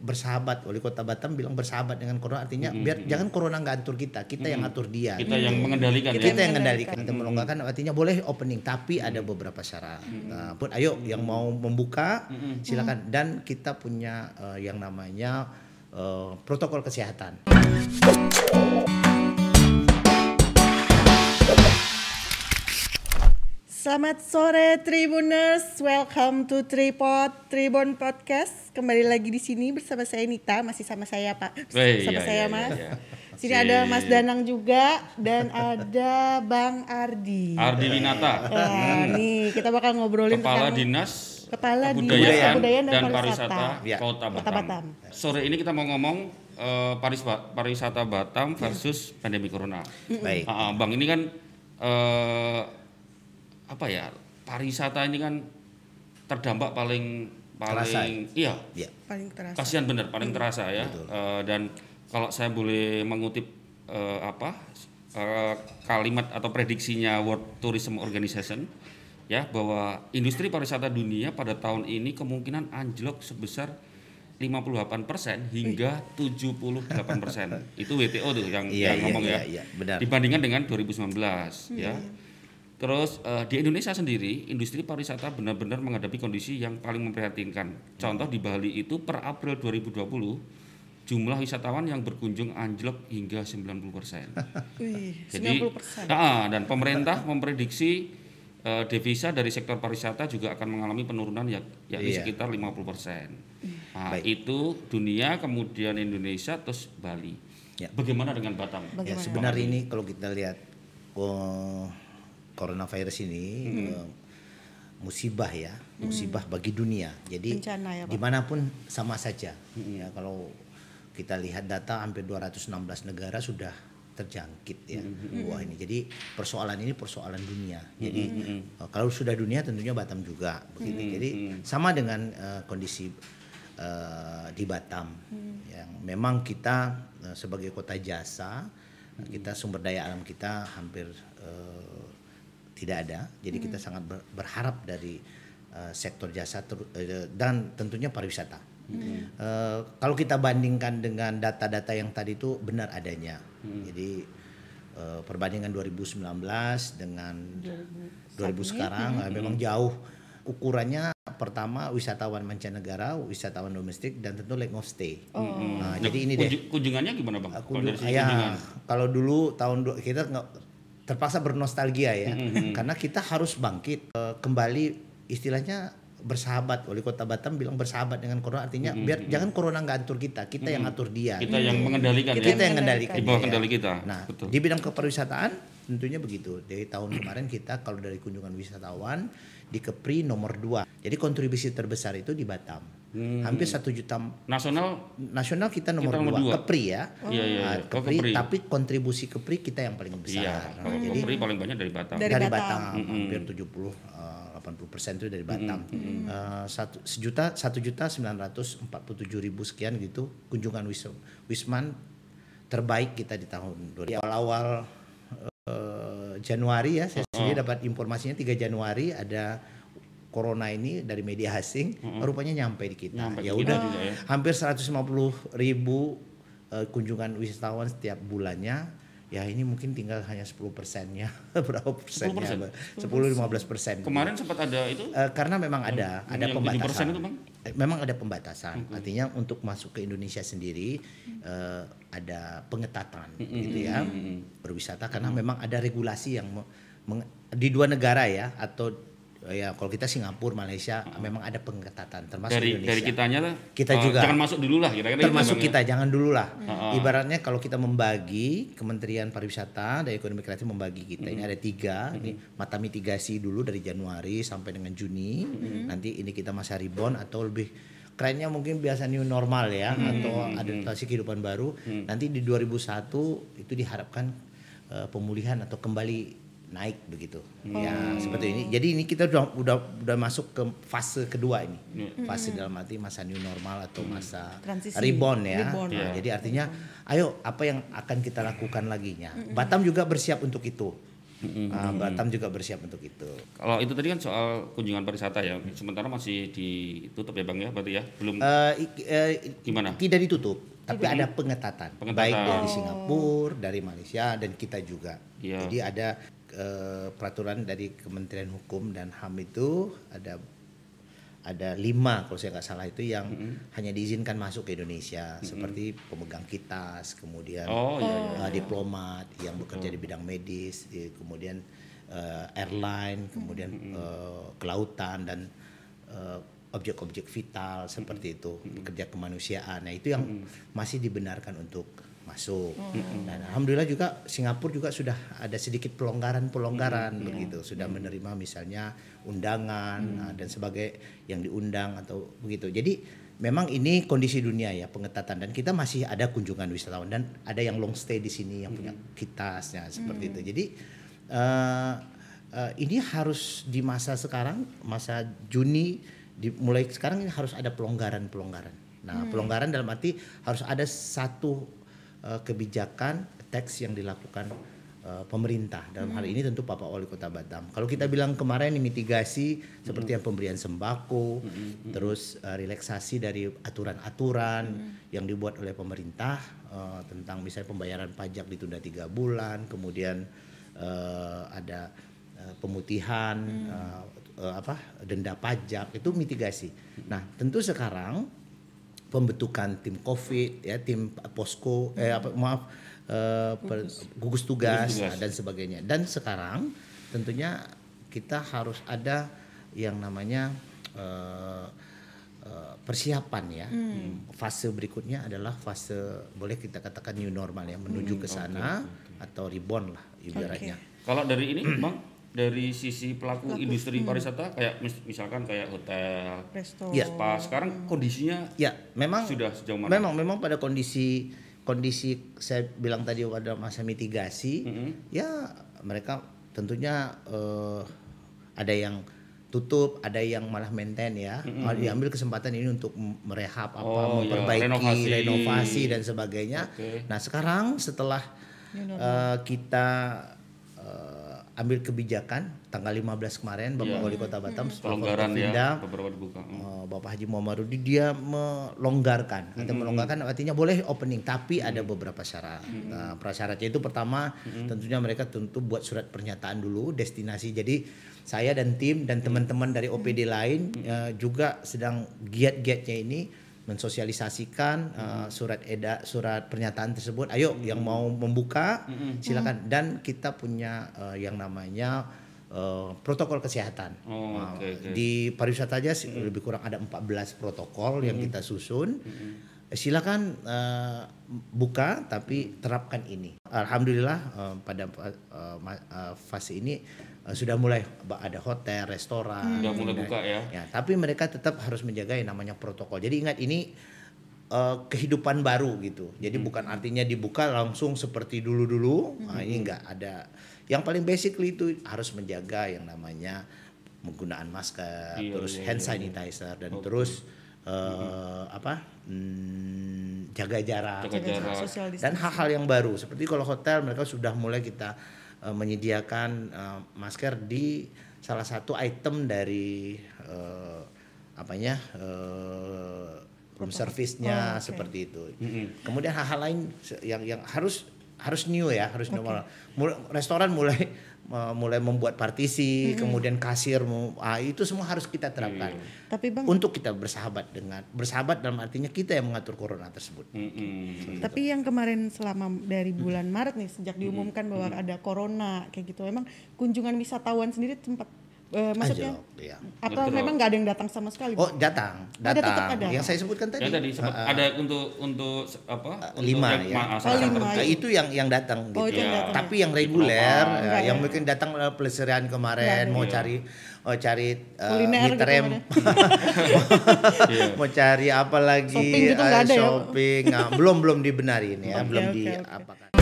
bersahabat. Wali Kota Batam bilang bersahabat dengan corona, artinya biar jangan corona nggak atur kita yang atur dia. Kita yang mengendalikan. Kita yang mengendalikan. Kita melonggarkan, artinya boleh opening, tapi ada beberapa syarat. Pun ayo yang mau membuka silakan. Dan kita punya yang namanya protokol kesehatan. Selamat sore Tribuners, welcome to Tribun Podcast. Kembali lagi di sini bersama saya Nita, masih sama saya Pak, sama saya Mas. Sini ada Mas Danang juga dan ada Bang Ardi. Ardi Winata. Nih kita bakal ngobrolin Kepala tentang Dinas Kebudayaan dan Pariwisata Kota Batam. Sore ini kita mau ngomong pariwisata Batam versus pandemi corona. Baik. Bang, ini kan pariwisata ini kan terdampak paling terasa, iya. Paling terasa. Kasihan benar, paling terasa ya. Dan kalau saya boleh mengutip kalimat atau prediksinya World Tourism Organization ya, bahwa industri pariwisata dunia pada tahun ini kemungkinan anjlok sebesar 58% hingga 78%. Itu WTO tuh yang ngomong ya. Benar. Dibandingkan dengan 2019 ya. Terus di Indonesia sendiri industri pariwisata benar-benar menghadapi kondisi yang paling memprihatinkan. Contoh di Bali itu per April 2020 jumlah wisatawan yang berkunjung anjlok hingga 90%. Jadi 90%. Dan pemerintah memprediksi devisa dari sektor pariwisata juga akan mengalami penurunan yakni sekitar 50%. Itu dunia, kemudian Indonesia, terus Bali. Ya. Bagaimana dengan Batam? Ya, sebenarnya ini kalau kita lihat coronavirus ini musibah bagi dunia. Jadi bencana, ya, Pak? Dimanapun sama saja. Ya, kalau kita lihat data hampir 216 negara sudah terjangkit ya. Wah ini jadi persoalan ini persoalan dunia. Jadi kalau sudah dunia tentunya Batam juga begitu. Jadi sama dengan kondisi di Batam yang memang kita sebagai kota jasa, kita sumber daya alam kita hampir tidak ada, jadi kita sangat berharap dari sektor jasa dan tentunya pariwisata. Kalau kita bandingkan dengan data-data yang tadi itu benar adanya, jadi perbandingan 2019 dengan 2000 sekarang memang jauh. Ukurannya pertama wisatawan mancanegara, wisatawan domestik, dan tentu length of stay. Jadi ini deh. Kunjungannya gimana Bang? Kalau dulu kita terpaksa bernostalgia ya, karena kita harus bangkit kembali, istilahnya bersahabat. Wali Kota Batam bilang bersahabat dengan corona, artinya biar jangan corona nggak atur kita yang atur dia. Kita yang mengendalikan. Kita yang mengendalikan. Di bawah kendali kita. Nah, betul. Di bidang kepariwisataan tentunya begitu. Dari tahun kemarin kita kalau dari kunjungan wisatawan di Kepri nomor 2. Jadi kontribusi terbesar itu di Batam. Hampir 1 juta. Nasional kita nomor 2. Kepri ya. Kepri, tapi kontribusi Kepri kita yang paling besar. Jadi Kepri paling banyak dari Batam. Dari Batam. Hampir 80% itu dari Batam. 1.947.000 sekian gitu kunjungan Wisman terbaik kita di tahun 2000. Awal-awal Januari ya, saya sendiri dapat informasinya 3 Januari ada corona ini dari media asing, rupanya nyampe di kita. Ya udah, hampir 150.000 kunjungan wisatawan setiap bulannya. Ya ini mungkin tinggal hanya 10%-nya, berapa persennya? 10-15%. Kemarin sempat ada itu? Karena memang ada pembatasan. Itu, Bang? Memang ada pembatasan. Artinya untuk masuk ke Indonesia sendiri ada pengetatan, gitu ya, berwisata karena memang ada regulasi yang di 2 negara ya, atau ya kalau kita Singapura, Malaysia memang ada pengetatan termasuk Indonesia. Dari kitanya lah. Kita juga. Jangan masuk dulu lah kira-kira. Termasuk gitu, kita jangan dulu lah. Ibaratnya kalau kita membagi Kementerian Pariwisata dan Ekonomi Kreatif membagi kita ini ada 3. Ini mata mitigasi dulu dari Januari sampai dengan Juni. Nanti ini kita masa rebound atau lebih kerennya mungkin biasa new normal ya, atau adaptasi kehidupan baru. Nanti di 2001 itu diharapkan pemulihan atau kembali naik begitu. Ya seperti ini. Jadi ini kita udah masuk ke fase kedua ini. Fase dalam arti masa new normal atau masa transisi, rebound ya. Nah, jadi artinya ayo apa yang akan kita lakukan laginya. Batam juga bersiap untuk itu. Batam juga bersiap untuk itu. Kalau itu tadi kan soal kunjungan pariwisata ya, sementara masih ditutup ya Bang ya, berarti ya belum. Gimana? Tidak ditutup, tapi ada pengetatan. Baik dari Singapura, dari Malaysia, dan kita juga. Jadi ada peraturan dari Kementerian Hukum dan HAM itu ada 5 kalau saya nggak salah itu yang hanya diizinkan masuk ke Indonesia, seperti pemegang kitas, kemudian diplomat yang bekerja di bidang medis, kemudian airline, kemudian kelautan dan objek-objek vital seperti itu, pekerja kemanusiaan. Nah itu yang masih dibenarkan untuk masuk. Dan alhamdulillah juga Singapura juga sudah ada sedikit pelonggaran begitu, sudah menerima misalnya undangan dan sebagai yang diundang atau begitu. Jadi memang ini kondisi dunia ya, pengetatan, dan kita masih ada kunjungan wisatawan dan ada yang long stay di sini yang punya kitasnya seperti itu. Jadi ini harus di masa sekarang, masa Juni mulai sekarang ini harus ada pelonggaran. Nah, pelonggaran dalam arti harus ada satu kebijakan teks yang dilakukan pemerintah, dalam hal ini tentu Bapak Wali Kota Batam. Kalau kita bilang kemarin ini mitigasi seperti yang pemberian sembako, terus relaksasi dari aturan-aturan yang dibuat oleh pemerintah tentang misalnya pembayaran pajak ditunda 3 bulan, kemudian ada pemutihan denda pajak, itu mitigasi. Nah, tentu sekarang pembentukan tim COVID ya, tim posko gugus tugas dan sebagainya. Dan sekarang tentunya kita harus ada yang namanya persiapan ya. Fase berikutnya adalah fase boleh kita katakan new normal ya, menuju ke sana atau rebound lah ibaratnya. Kalau dari ini Bang, dari sisi pelaku industri pariwisata kayak misalkan kayak hotel, spa, sekarang kondisinya memang sudah sejauh mana? Memang pada kondisi saya bilang tadi pada masa mitigasi, ya mereka tentunya ada yang tutup, ada yang malah maintain ya, diambil kesempatan ini untuk merehab memperbaiki, renovasi dan sebagainya. Nah sekarang setelah kita ambil kebijakan tanggal 15 kemarin Bapak Wali Kota Batam pelonggaran ya, beberapa dibuka. Bapak Haji Muhammadudi dia melonggarkan. Melonggarkan artinya boleh opening tapi ada beberapa syarat. Prasyaratnya itu pertama tentunya mereka buat surat pernyataan dulu destinasi. Jadi saya dan tim dan teman-teman dari OPD lain juga sedang giat-giatnya ini mensosialisasikan surat pernyataan tersebut. Ayo yang mau membuka silakan, dan kita punya yang namanya protokol kesehatan. Di pariwisata aja lebih kurang ada 14 protokol yang kita susun. Silakan buka tapi terapkan ini. Alhamdulillah pada fase ini sudah mulai ada hotel, restoran, sudah mulai buka ya. Tapi mereka tetap harus menjaga yang namanya protokol. Jadi ingat ini kehidupan baru gitu. Jadi bukan artinya dibuka langsung seperti dulu-dulu. Ini enggak ada. Yang paling basically itu harus menjaga yang namanya penggunaan masker, terus hand sanitizer dan terus jaga jarak. Dan hal-hal yang baru seperti kalau hotel mereka sudah mulai kita menyediakan masker di salah satu item dari room service-nya seperti itu. Kemudian hal-hal lain yang harus new ya, harus normal. Restoran mulai membuat partisi, kemudian kasir, itu semua harus kita terapkan. Tapi Bang, untuk kita bersahabat dalam artinya kita yang mengatur corona tersebut. Tapi yang kemarin selama dari bulan Maret nih sejak diumumkan bahwa ada corona kayak gitu, emang kunjungan wisatawan sendiri tempat maksudnya atau memang nggak ada yang datang sama sekali? Oh datang. Ada. Yang saya sebutkan tadi. Ya tadi ada untuk apa? 5 ya. Itu yang datang gitu. Datang. Tapi yang reguler yang mungkin datang pelesirian kemarin mau cari kuliner mau cari apa lagi shopping gitu nggak ada shopping belum dibenarin ya, belum diapakan.